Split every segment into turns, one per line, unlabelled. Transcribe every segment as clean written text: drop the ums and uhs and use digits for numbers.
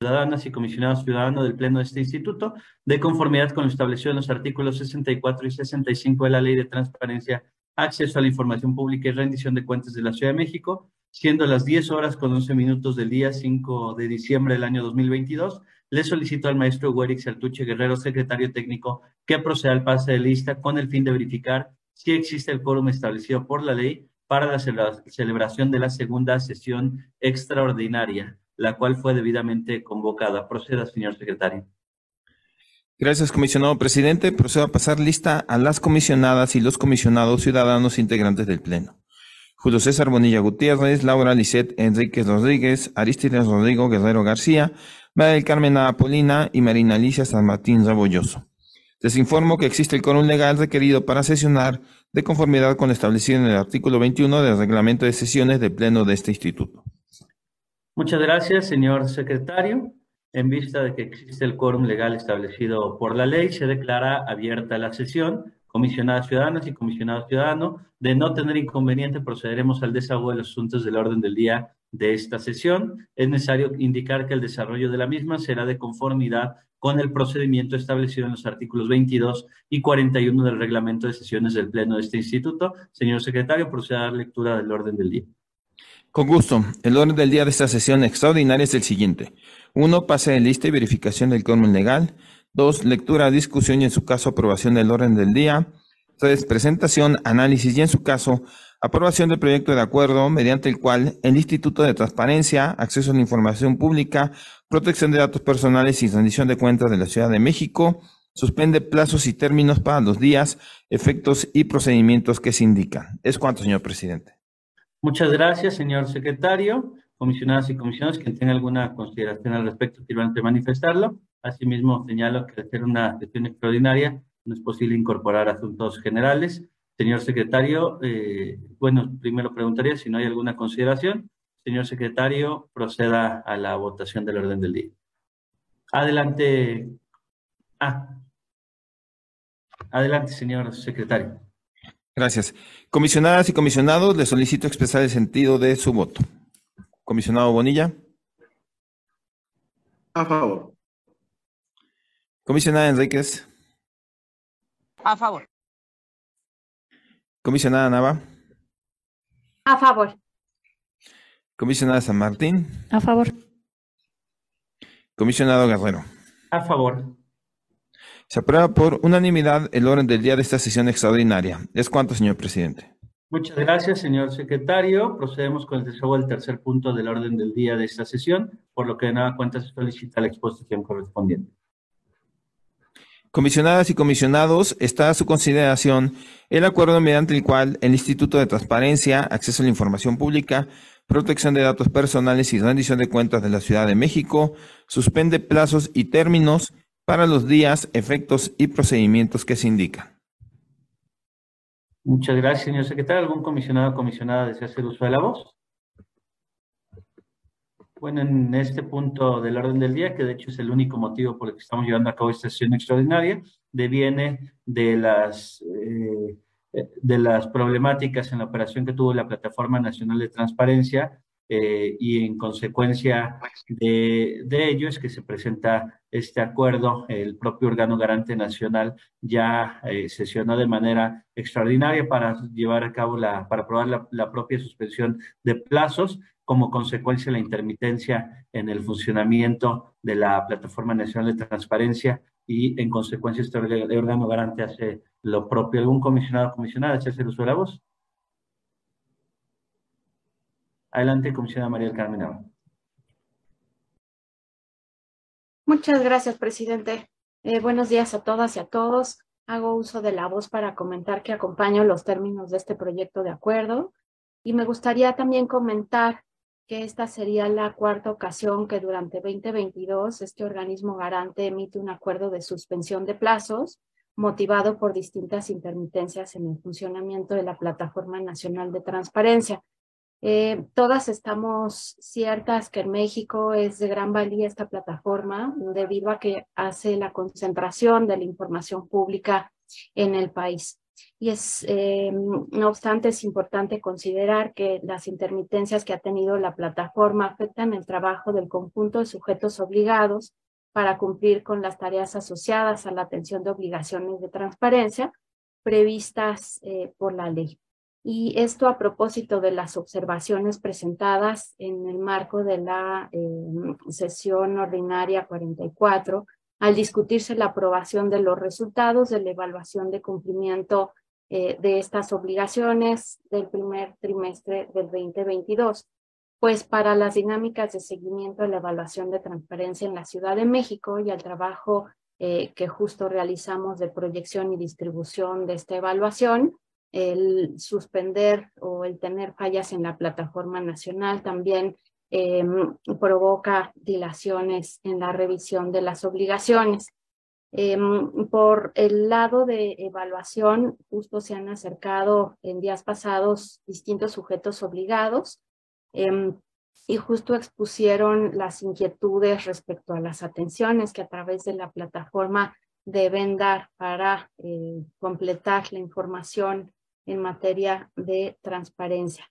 ciudadanas y comisionados ciudadanos del Pleno de este instituto, de conformidad con lo establecido en los artículos 64 y 65 de la Ley de Transparencia, Acceso a la Información Pública y Rendición de Cuentas de la Ciudad de México, siendo las 10 horas con 11 minutos del día 5 de diciembre del año 2022, le solicito al maestro Guerix Altuche Guerrero, secretario técnico, que proceda al pase de lista con el fin de verificar si existe el quórum establecido por la ley para la celebración de la segunda sesión extraordinaria, la cual fue debidamente convocada. Proceda, señor secretario.
Gracias, comisionado presidente. Procedo a pasar lista a las comisionadas y los comisionados ciudadanos integrantes del Pleno. Julio César Bonilla Gutiérrez, Laura Lisset Enríquez Rodríguez, Arístides Rodrigo Guerrero García, María del Carmen Apolina y Marina Alicia San Martín Rebolloso. Les informo que existe el quórum legal requerido para sesionar de conformidad con lo establecido en el artículo 21 del reglamento de sesiones del Pleno de este instituto.
Muchas gracias, señor secretario. En vista de que existe el quórum legal establecido por la ley, se declara abierta la sesión. Comisionadas ciudadanas y comisionados ciudadanos, de no tener inconveniente, procederemos al desahogo de los asuntos del orden del día de esta sesión. Es necesario indicar que el desarrollo de la misma será de conformidad con el procedimiento establecido en los artículos 22 y 41 del reglamento de sesiones del Pleno de este instituto. Señor secretario, proceda a dar lectura del orden del día.
Con gusto. El orden del día de esta sesión extraordinaria es el siguiente. 1. Pase de lista y verificación del quórum legal. 2. Lectura, discusión y en su caso aprobación del orden del día. 3. Presentación, análisis y en su caso aprobación del proyecto de acuerdo mediante el cual el Instituto de Transparencia, Acceso a la Información Pública, Protección de Datos Personales y Rendición de Cuentas de la Ciudad de México suspende plazos y términos para los días, efectos y procedimientos que se indican. Es cuanto, señor presidente.
Muchas gracias, señor secretario. Comisionadas y comisionados, quien tenga alguna consideración al respecto, quiero manifestarlo. Asimismo, señalo que al ser una sesión extraordinaria, no es posible incorporar asuntos generales. Señor secretario, primero preguntaría si no hay alguna consideración. Señor secretario, proceda a la votación del orden del día. Adelante. Adelante, señor secretario.
Gracias. Comisionadas y comisionados, les solicito expresar el sentido de su voto. Comisionado Bonilla.
A favor.
Comisionada Enríquez.
A favor.
Comisionada Nava.
A favor.
Comisionada San Martín.
A favor.
Comisionado Guerrero.
A favor.
Se aprueba por unanimidad el orden del día de esta sesión extraordinaria. Es cuanto, señor presidente.
Muchas gracias, señor secretario. Procedemos con el desahogo del tercer punto del orden del día de esta sesión, por lo que de nada cuenta se solicita la exposición correspondiente.
Comisionadas y comisionados, está a su consideración el acuerdo mediante el cual el Instituto de Transparencia, Acceso a la Información Pública, Protección de Datos Personales y Rendición de Cuentas de la Ciudad de México suspende plazos y términos para los días, efectos y procedimientos que se indican.
Muchas gracias, señor secretario. ¿Algún comisionado o comisionada desea hacer uso de la voz? Bueno, en este punto del orden del día, que de hecho es el único motivo por el que estamos llevando a cabo esta sesión extraordinaria, deviene de las problemáticas en la operación que tuvo la Plataforma Nacional de Transparencia y en consecuencia de ello es que se presenta este acuerdo. El propio órgano garante nacional ya sesionó de manera extraordinaria para llevar a cabo para aprobar la propia suspensión de plazos, como consecuencia de la intermitencia en el funcionamiento de la Plataforma Nacional de Transparencia y en consecuencia este órgano garante hace lo propio. ¿Algún comisionado o comisionada desea hacer uso de la voz? Adelante, comisionada María del Carmen Nava.
Muchas gracias, presidente. Buenos días a todas y a todos. Hago uso de la voz para comentar que acompaño los términos de este proyecto de acuerdo y me gustaría también comentar que esta sería la cuarta ocasión que durante 2022 este organismo garante emite un acuerdo de suspensión de plazos motivado por distintas intermitencias en el funcionamiento de la Plataforma Nacional de Transparencia. Todas estamos ciertas que en México es de gran valía esta plataforma debido a que hace la concentración de la información pública en el país. y no obstante es importante considerar que las intermitencias que ha tenido la plataforma afectan el trabajo del conjunto de sujetos obligados para cumplir con las tareas asociadas a la atención de obligaciones de transparencia previstas por la ley. Y esto a propósito de las observaciones presentadas en el marco de la sesión ordinaria 44, al discutirse la aprobación de los resultados de la evaluación de cumplimiento de estas obligaciones del primer trimestre del 2022. Pues para las dinámicas de seguimiento de la evaluación de transparencia en la Ciudad de México y al trabajo que justo realizamos de proyección y distribución de esta evaluación, el suspender o el tener fallas en la plataforma nacional también provoca dilaciones en la revisión de las obligaciones. Por el lado de evaluación, justo se han acercado en días pasados distintos sujetos obligados y justo expusieron las inquietudes respecto a las atenciones que a través de la plataforma deben dar para completar la información en materia de transparencia.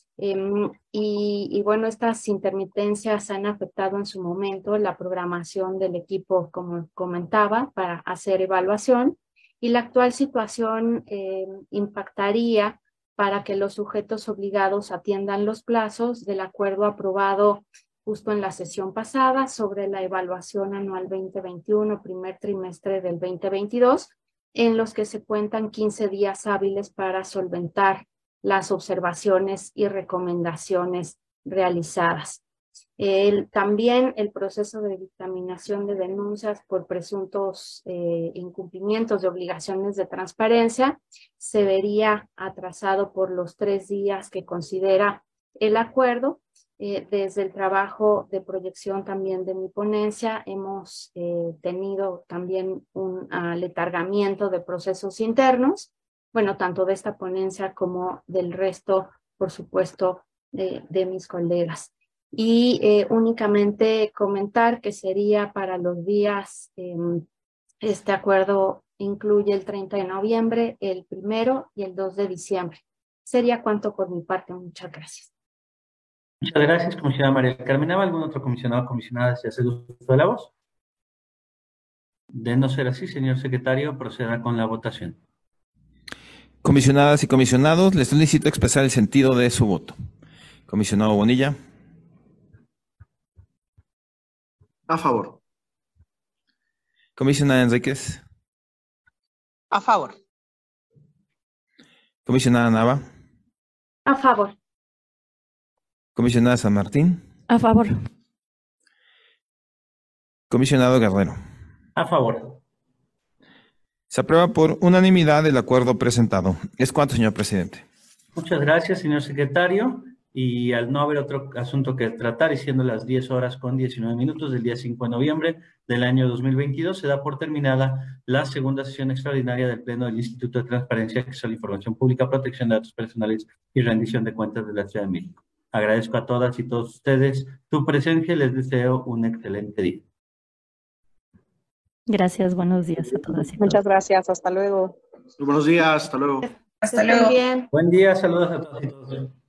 Y bueno, estas intermitencias han afectado en su momento la programación del equipo, como comentaba, para hacer evaluación, y la actual situación impactaría para que los sujetos obligados atiendan los plazos del acuerdo aprobado justo en la sesión pasada sobre la evaluación anual 2021, primer trimestre del 2022, en los que se cuentan 15 días hábiles para solventar las observaciones y recomendaciones realizadas. También el proceso de dictaminación de denuncias por presuntos incumplimientos de obligaciones de transparencia se vería atrasado por los 3 días que considera el acuerdo. Desde el trabajo de proyección también de mi ponencia hemos tenido también un aletargamiento de procesos internos, bueno, tanto de esta ponencia como del resto, por supuesto, de mis colegas. Y únicamente comentar que sería para los días, este acuerdo incluye el 30 de noviembre, el 1 y el 2 de diciembre. Sería cuanto por mi parte. Muchas gracias.
Muchas gracias, comisionada María del Carmen Nava. ¿Algún otro comisionado o comisionada si hace uso de la voz? De no ser así, señor secretario, proceda con la votación.
Comisionadas y comisionados, les solicito expresar el sentido de su voto. Comisionado Bonilla.
A favor.
Comisionada Enríquez.
A favor.
Comisionada Nava.
A favor.
Comisionada San Martín.
A favor.
Comisionado Guerrero.
A favor.
Se aprueba por unanimidad el acuerdo presentado. Es cuanto, señor presidente.
Muchas gracias, señor secretario. Y al no haber otro asunto que tratar, y siendo las 10:19 del día 5 de noviembre del año 2022, se da por terminada la segunda sesión extraordinaria del Pleno del Instituto de Transparencia, Acceso a la Información Pública, Protección de Datos Personales y Rendición de Cuentas de la Ciudad de México. Agradezco a todas y todos ustedes su presencia y les deseo un excelente día.
Gracias, buenos días a todas y todos.
Muchas gracias, hasta luego.
Buenos días, hasta luego.
Hasta luego. Bien.
Buen día, saludos a todos y todos.